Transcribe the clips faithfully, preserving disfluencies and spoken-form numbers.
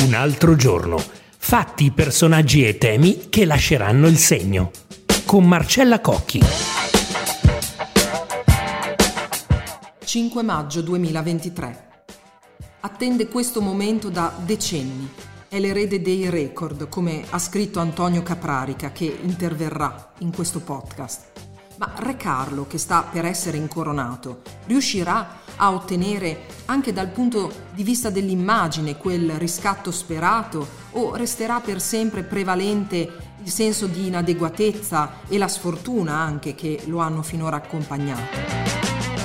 Un altro giorno. Fatti, personaggi e temi che lasceranno il segno. Con Marcella Cocchi. cinque maggio duemilaventitré. Attende questo momento da decenni. È l'erede dei record, come ha scritto Antonio Caprarica, che interverrà in questo podcast. Ma Re Carlo, che sta per essere incoronato, riuscirà a ottenere anche dal punto di vista dell'immagine quel riscatto sperato, o resterà per sempre prevalente il senso di inadeguatezza e la sfortuna anche che lo hanno finora accompagnato?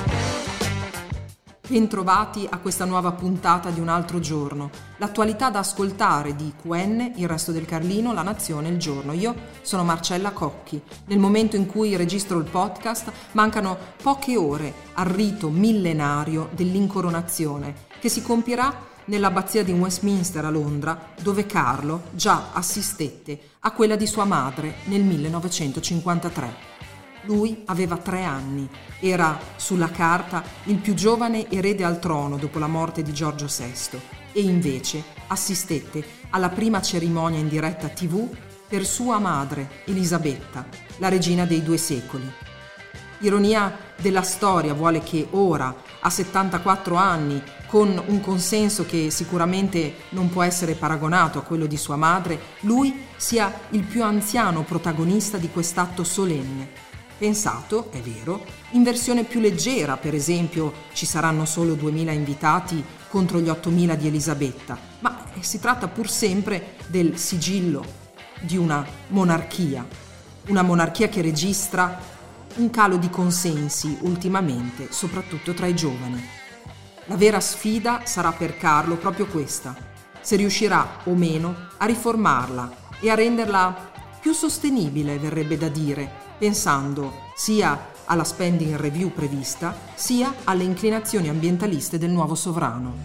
Bentrovati a questa nuova puntata di Un altro giorno, l'attualità da ascoltare di Q N, Il Resto del Carlino, La Nazione, Il Giorno. Io sono Marcella Cocchi. Nel momento in cui registro il podcast mancano poche ore al rito millenario dell'incoronazione, che si compierà nell'abbazia di Westminster a Londra, dove Carlo già assistette a quella di sua madre nel millenovecentocinquantatré. Lui aveva tre anni, era sulla carta il più giovane erede al trono dopo la morte di Giorgio sesto e invece assistette alla prima cerimonia in diretta tivù per sua madre Elisabetta, la regina dei due secoli. Ironia della storia vuole che ora, a settantaquattro anni, con un consenso che sicuramente non può essere paragonato a quello di sua madre, lui sia il più anziano protagonista di quest'atto solenne. Pensato, è vero, in versione più leggera, per esempio ci saranno solo duemila invitati contro gli ottomila di Elisabetta, ma si tratta pur sempre del sigillo di una monarchia, una monarchia che registra un calo di consensi ultimamente, soprattutto tra i giovani. La vera sfida sarà per Carlo proprio questa, se riuscirà o meno a riformarla e a renderla più sostenibile, verrebbe da dire, pensando sia alla spending review prevista, sia alle inclinazioni ambientaliste del nuovo sovrano.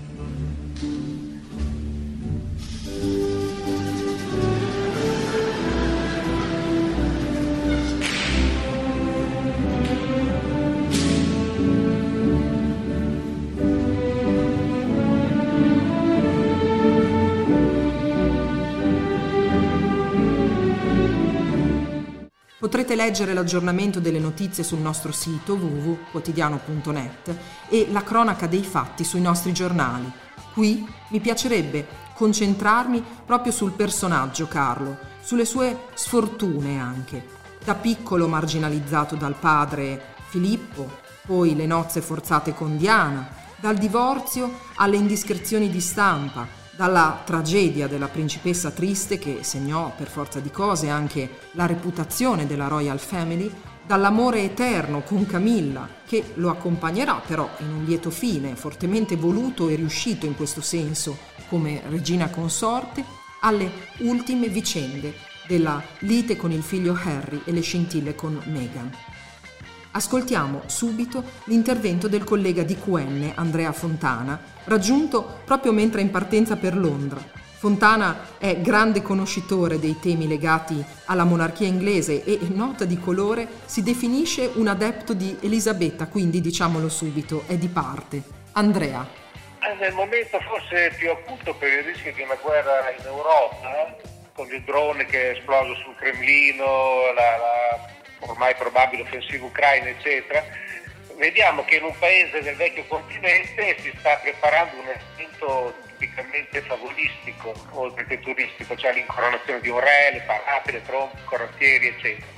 Potrete leggere l'aggiornamento delle notizie sul nostro sito w w w punto quotidiano punto net e la cronaca dei fatti sui nostri giornali. Qui mi piacerebbe concentrarmi proprio sul personaggio Carlo, sulle sue sfortune anche. Da piccolo marginalizzato dal padre Filippo, poi le nozze forzate con Diana, dal divorzio alle indiscrezioni di stampa, dalla tragedia della principessa triste che segnò per forza di cose anche la reputazione della Royal Family, dall'amore eterno con Camilla, che lo accompagnerà però in un lieto fine, fortemente voluto e riuscito in questo senso come regina consorte, alle ultime vicende della lite con il figlio Harry e le scintille con Meghan. Ascoltiamo subito l'intervento del collega di Q N, Andrea Fontana, raggiunto proprio mentre è in partenza per Londra. Fontana è grande conoscitore dei temi legati alla monarchia inglese e, nota di colore, si definisce un adepto di Elisabetta, quindi diciamolo subito, è di parte. Andrea. Nel momento forse più acuto per il rischio di una guerra in Europa, con il drone che è esploso sul Cremlino, la... la... ormai probabile offensiva ucraina, eccetera, vediamo che in un paese del vecchio continente si sta preparando un evento tipicamente favolistico, oltre che turistico, cioè l'incoronazione di un re, le parate, le trombe, i corazzieri, eccetera.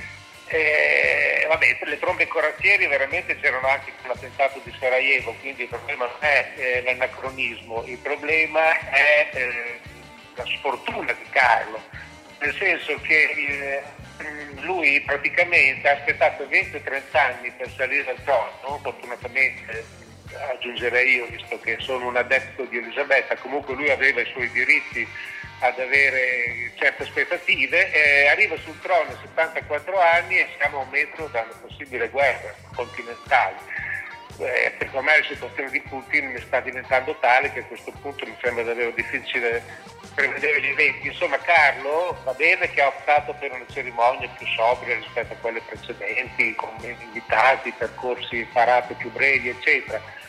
E, vabbè, le trombe e i corazzieri veramente c'erano anche con l'attentato di Sarajevo, quindi il problema non è eh, l'anacronismo, il problema è eh, la sfortuna di Carlo, nel senso che eh, lui praticamente ha aspettato venti o trenta anni per salire al trono, fortunatamente aggiungerei io, visto che sono un adepto di Elisabetta, comunque lui aveva i suoi diritti ad avere certe aspettative, eh, arriva sul trono a settantaquattro anni e siamo a un metro da una possibile guerra continentale. Eh, per me la situazione di Putin mi sta diventando tale che a questo punto mi sembra davvero difficile prevedere gli eventi. Insomma, Carlo va bene che ha optato per una cerimonia più sobria rispetto a quelle precedenti, con invitati, percorsi parate più brevi, eccetera.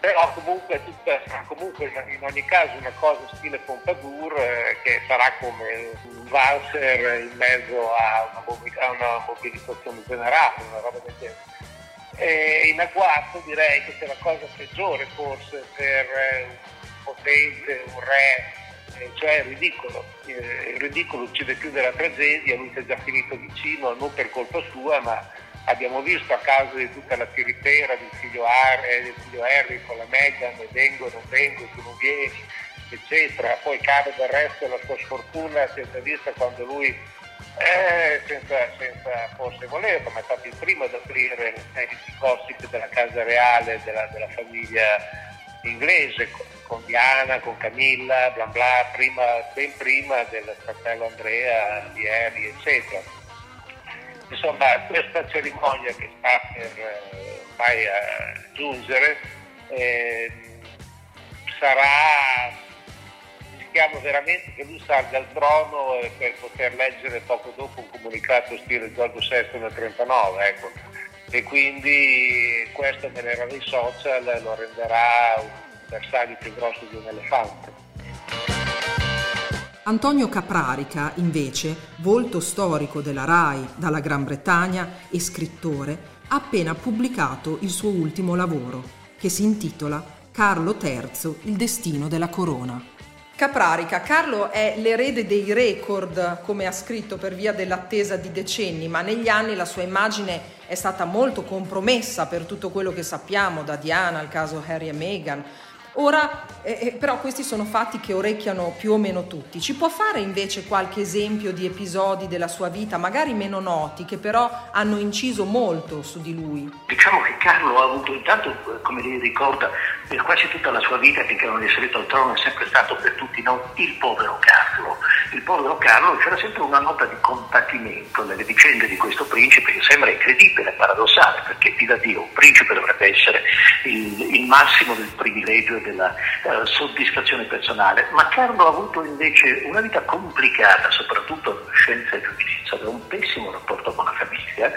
però comunque, tutta, comunque in ogni caso una cosa stile Pompadour eh, che sarà come un valzer in mezzo a una, mobil- a una mobilitazione generale, una roba del genere. E in agguato direi che c'è la cosa peggiore forse per un potente, un re, eh, cioè il ridicolo. Eh, il ridicolo uccide più della tragedia, lui si è già finito vicino, non per colpa sua, ma abbiamo visto a causa di tutta la tiritera del figlio Harry, del figlio Harry con la Meghan, vengo, non vengo, tu non vieni, eccetera. Poi cade del resto la sua sfortuna senza vista quando lui, eh, senza, senza forse volerlo, ma è stato il primo ad aprire i gossip della casa reale, della, della famiglia inglese, con, con Diana, con Camilla, bla bla, prima, ben prima del fratello Andrea, di Harry, eccetera. Insomma, questa cerimonia che sta per eh, ormai a giungere eh, sarà, rischiamo veramente che lui salga al trono eh, per poter leggere poco dopo un comunicato stile Giorgio sesto nel trentanove, ecco. E quindi questo nell'era dei social lo renderà un bersaglio più grosso di un elefante. Antonio Caprarica, invece, volto storico della RAI dalla Gran Bretagna e scrittore, ha appena pubblicato il suo ultimo lavoro, che si intitola Carlo terzo, il destino della corona. Caprarica, Carlo è l'erede dei record, come ha scritto, per via dell'attesa di decenni, ma negli anni la sua immagine è stata molto compromessa per tutto quello che sappiamo, da Diana al caso Harry e Meghan. Ora, eh, però questi sono fatti che orecchiano più o meno tutti. Ci può fare invece qualche esempio di episodi della sua vita, magari meno noti, che però hanno inciso molto su di lui? Diciamo che Carlo ha avuto intanto, come lei ricorda, per quasi tutta la sua vita, finché non è salito al trono, è sempre stato per tutti noi il povero Carlo. Il povero Carlo, c'era sempre una nota di compatimento nelle vicende di questo principe che sembra incredibile, paradossale, perché viva Dio, un principe dovrebbe essere il, il massimo del privilegio della uh, soddisfazione personale, ma Carlo ha avuto invece una vita complicata, soprattutto adolescenza e giovinezza, aveva un pessimo rapporto con la famiglia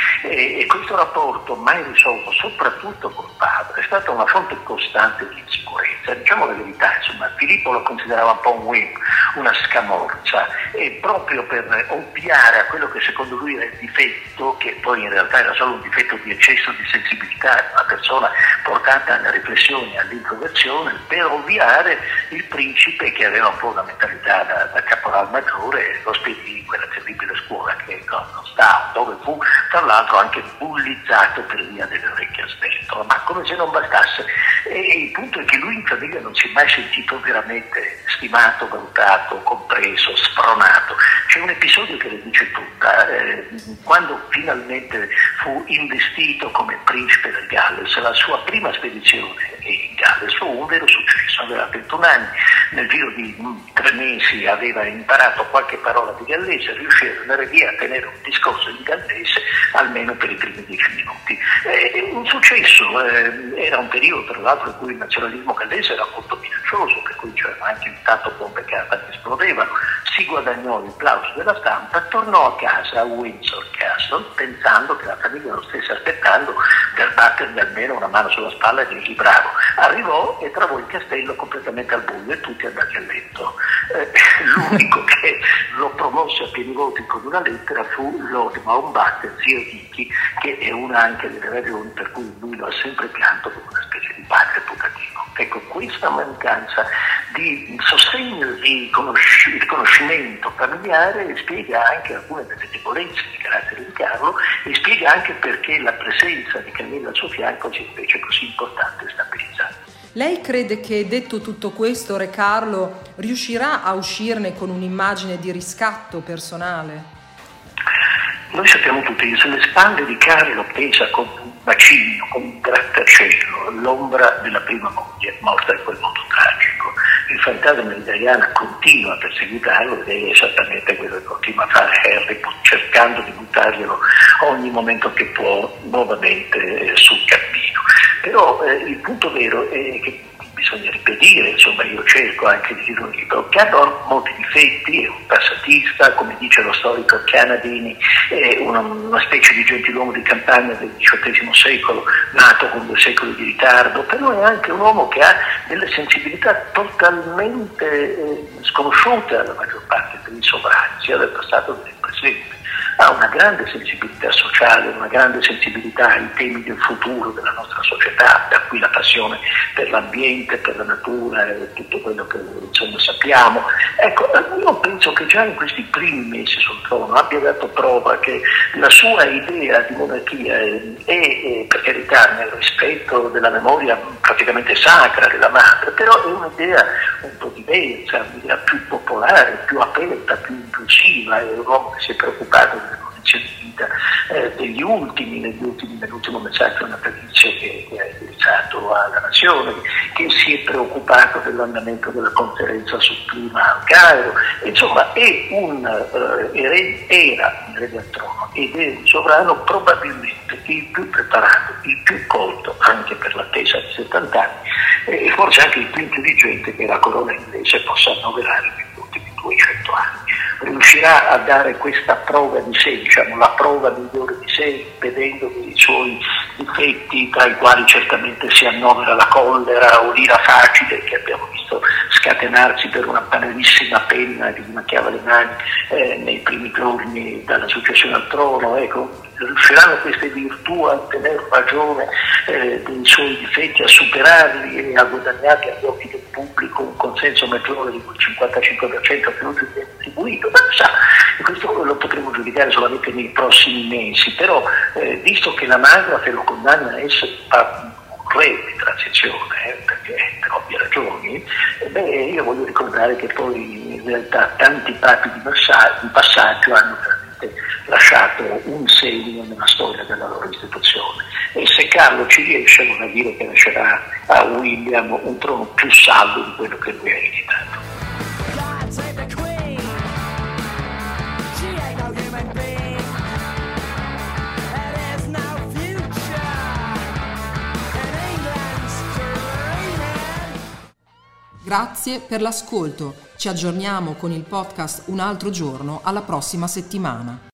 e, e questo rapporto mai risolto, soprattutto col padre, è stata una fonte costante di insicurezza. Diciamo la verità, insomma, Filippo lo considerava un po' un wimp, una scamorza, e proprio per ovviare a quello che secondo lui era il difetto, che poi in realtà era solo un difetto di eccesso di sensibilità, una persona portata alla riflessione e all'introversione, per ovviare il principe, che aveva un po' una mentalità da, da caporal maggiore, lo spedì in quella terribile scuola che no, non sta, dove fu tra l'altro anche bullizzato per via delle orecchie a stento, ma come se non bastasse. E il punto è che lui in famiglia non si è mai sentito veramente stimato, valutato, compreso, spronato. C'è un episodio che le dice tutta, eh, quando finalmente fu investito come principe del Galles, la sua prima spedizione in Galles fu un vero successo, aveva ventuno anni, nel giro di mh, tre mesi aveva imparato qualche parola di gallese, riuscì ad andare via a tenere un discorso in gallese almeno per i primi dieci minuti. Eh, un successo, eh, era un periodo tra l'altro in cui il nazionalismo gallese era molto minaccioso, per cui c'erano anche intanto bombe che esplodevano, si guadagnò il plauso della stampa, tornò a casa a Windsor Castle pensando che la famiglia lo stesse aspettando per battergli almeno una mano sulla spalla e dirgli bravo. Arrivò e trovò il castello completamente al buio e tutti andati a letto. Eh, l'unico che lo promosse a pieni voti con una lettera fu Lord Mountbatten, zio Dicky, che è una anche delle ragioni per cui lui lo ha sempre pianto come una specie di padre putativo. Ecco, questa mancanza di sostegno, di conosci- riconoscimento familiare spiega anche alcune delle debolezze di carattere di Carlo e spiega anche perché la presenza di Camilla al suo fianco sia invece così importante e stabilizzante. Lei crede che, detto tutto questo, Re Carlo riuscirà a uscirne con un'immagine di riscatto personale? Noi sappiamo tutti che sulle spalle di Carlo pesa come un bacino, come un grattacielo, l'ombra della prima moglie morta in quel modo tragico. Il fantasma di Diana continua a perseguitarlo ed è esattamente quello che continua a fare Harry, cercando di buttarglielo ogni momento che può nuovamente eh, sul cammino. Però eh, il punto vero è che bisogna ripetire, insomma io cerco anche di dire un libro che ha molti difetti, è un passatista, come dice lo storico Chianadini, è una, una specie di gentiluomo di campagna del diciottesimo secolo, nato con due secoli di ritardo, però è anche un uomo che ha delle sensibilità totalmente eh, sconosciute alla maggior parte dei sovrani, sia del passato che del presente. Ha una grande sensibilità sociale, una grande sensibilità ai temi del futuro della nostra società, da qui la passione per l'ambiente, per la natura e tutto quello che insomma sappiamo. Ecco, io penso che già in questi primi mesi sul trono abbia dato prova che la sua idea di monarchia è, è per carità nel rispetto della memoria praticamente sacra della madre, però è un'idea un po' diversa, un'idea più popolare, più aperta, più inclusiva, è un uomo che si è preoccupato delle condizioni di vita eh, degli ultimi, negli ultimi, nell'ultimo messaggio natalizio che, che ha indirizzato alla nazione, che si è preoccupato dell'andamento della conferenza sul clima al Cairo. Insomma è un eh, erede, era un erede al trono ed è un sovrano probabilmente il più preparato, il più colto anche per l'attesa di settanta anni e forse anche il più intelligente che la corona inglese possa annoverare negli ultimi duecento anni. Riuscirà a dare questa prova di sé, diciamo la prova migliore di sé, vedendo i suoi difetti, tra i quali certamente si annovera la collera o l'ira facile che abbiamo visto scatenarsi per una banalissima penna che gli macchiava le mani eh, nei primi giorni dalla successione al trono. Ecco, riusciranno queste virtù a tener ragione eh, dei suoi difetti, a superarli e a guadagnarli agli occhi del pubblico un consenso maggiore di quel cinquantacinque per cento che oggi viene attribuito. Ma sa, questo lo potremo giudicare solamente nei prossimi mesi, però eh, visto che l'anagrafe lo condanna a essere un re di transizione, eh, perché per ovvie ragioni, eh, beh, io voglio ricordare che poi in realtà tanti papi di, massa- di passaggio hanno veramente lasciato un segno nella storia della loro istituzione, e se Carlo ci riesce vuol dire che lascerà a William un trono più saldo di quello che lui ha ereditato. Grazie per l'ascolto. Ci aggiorniamo con il podcast Un altro giorno alla prossima settimana.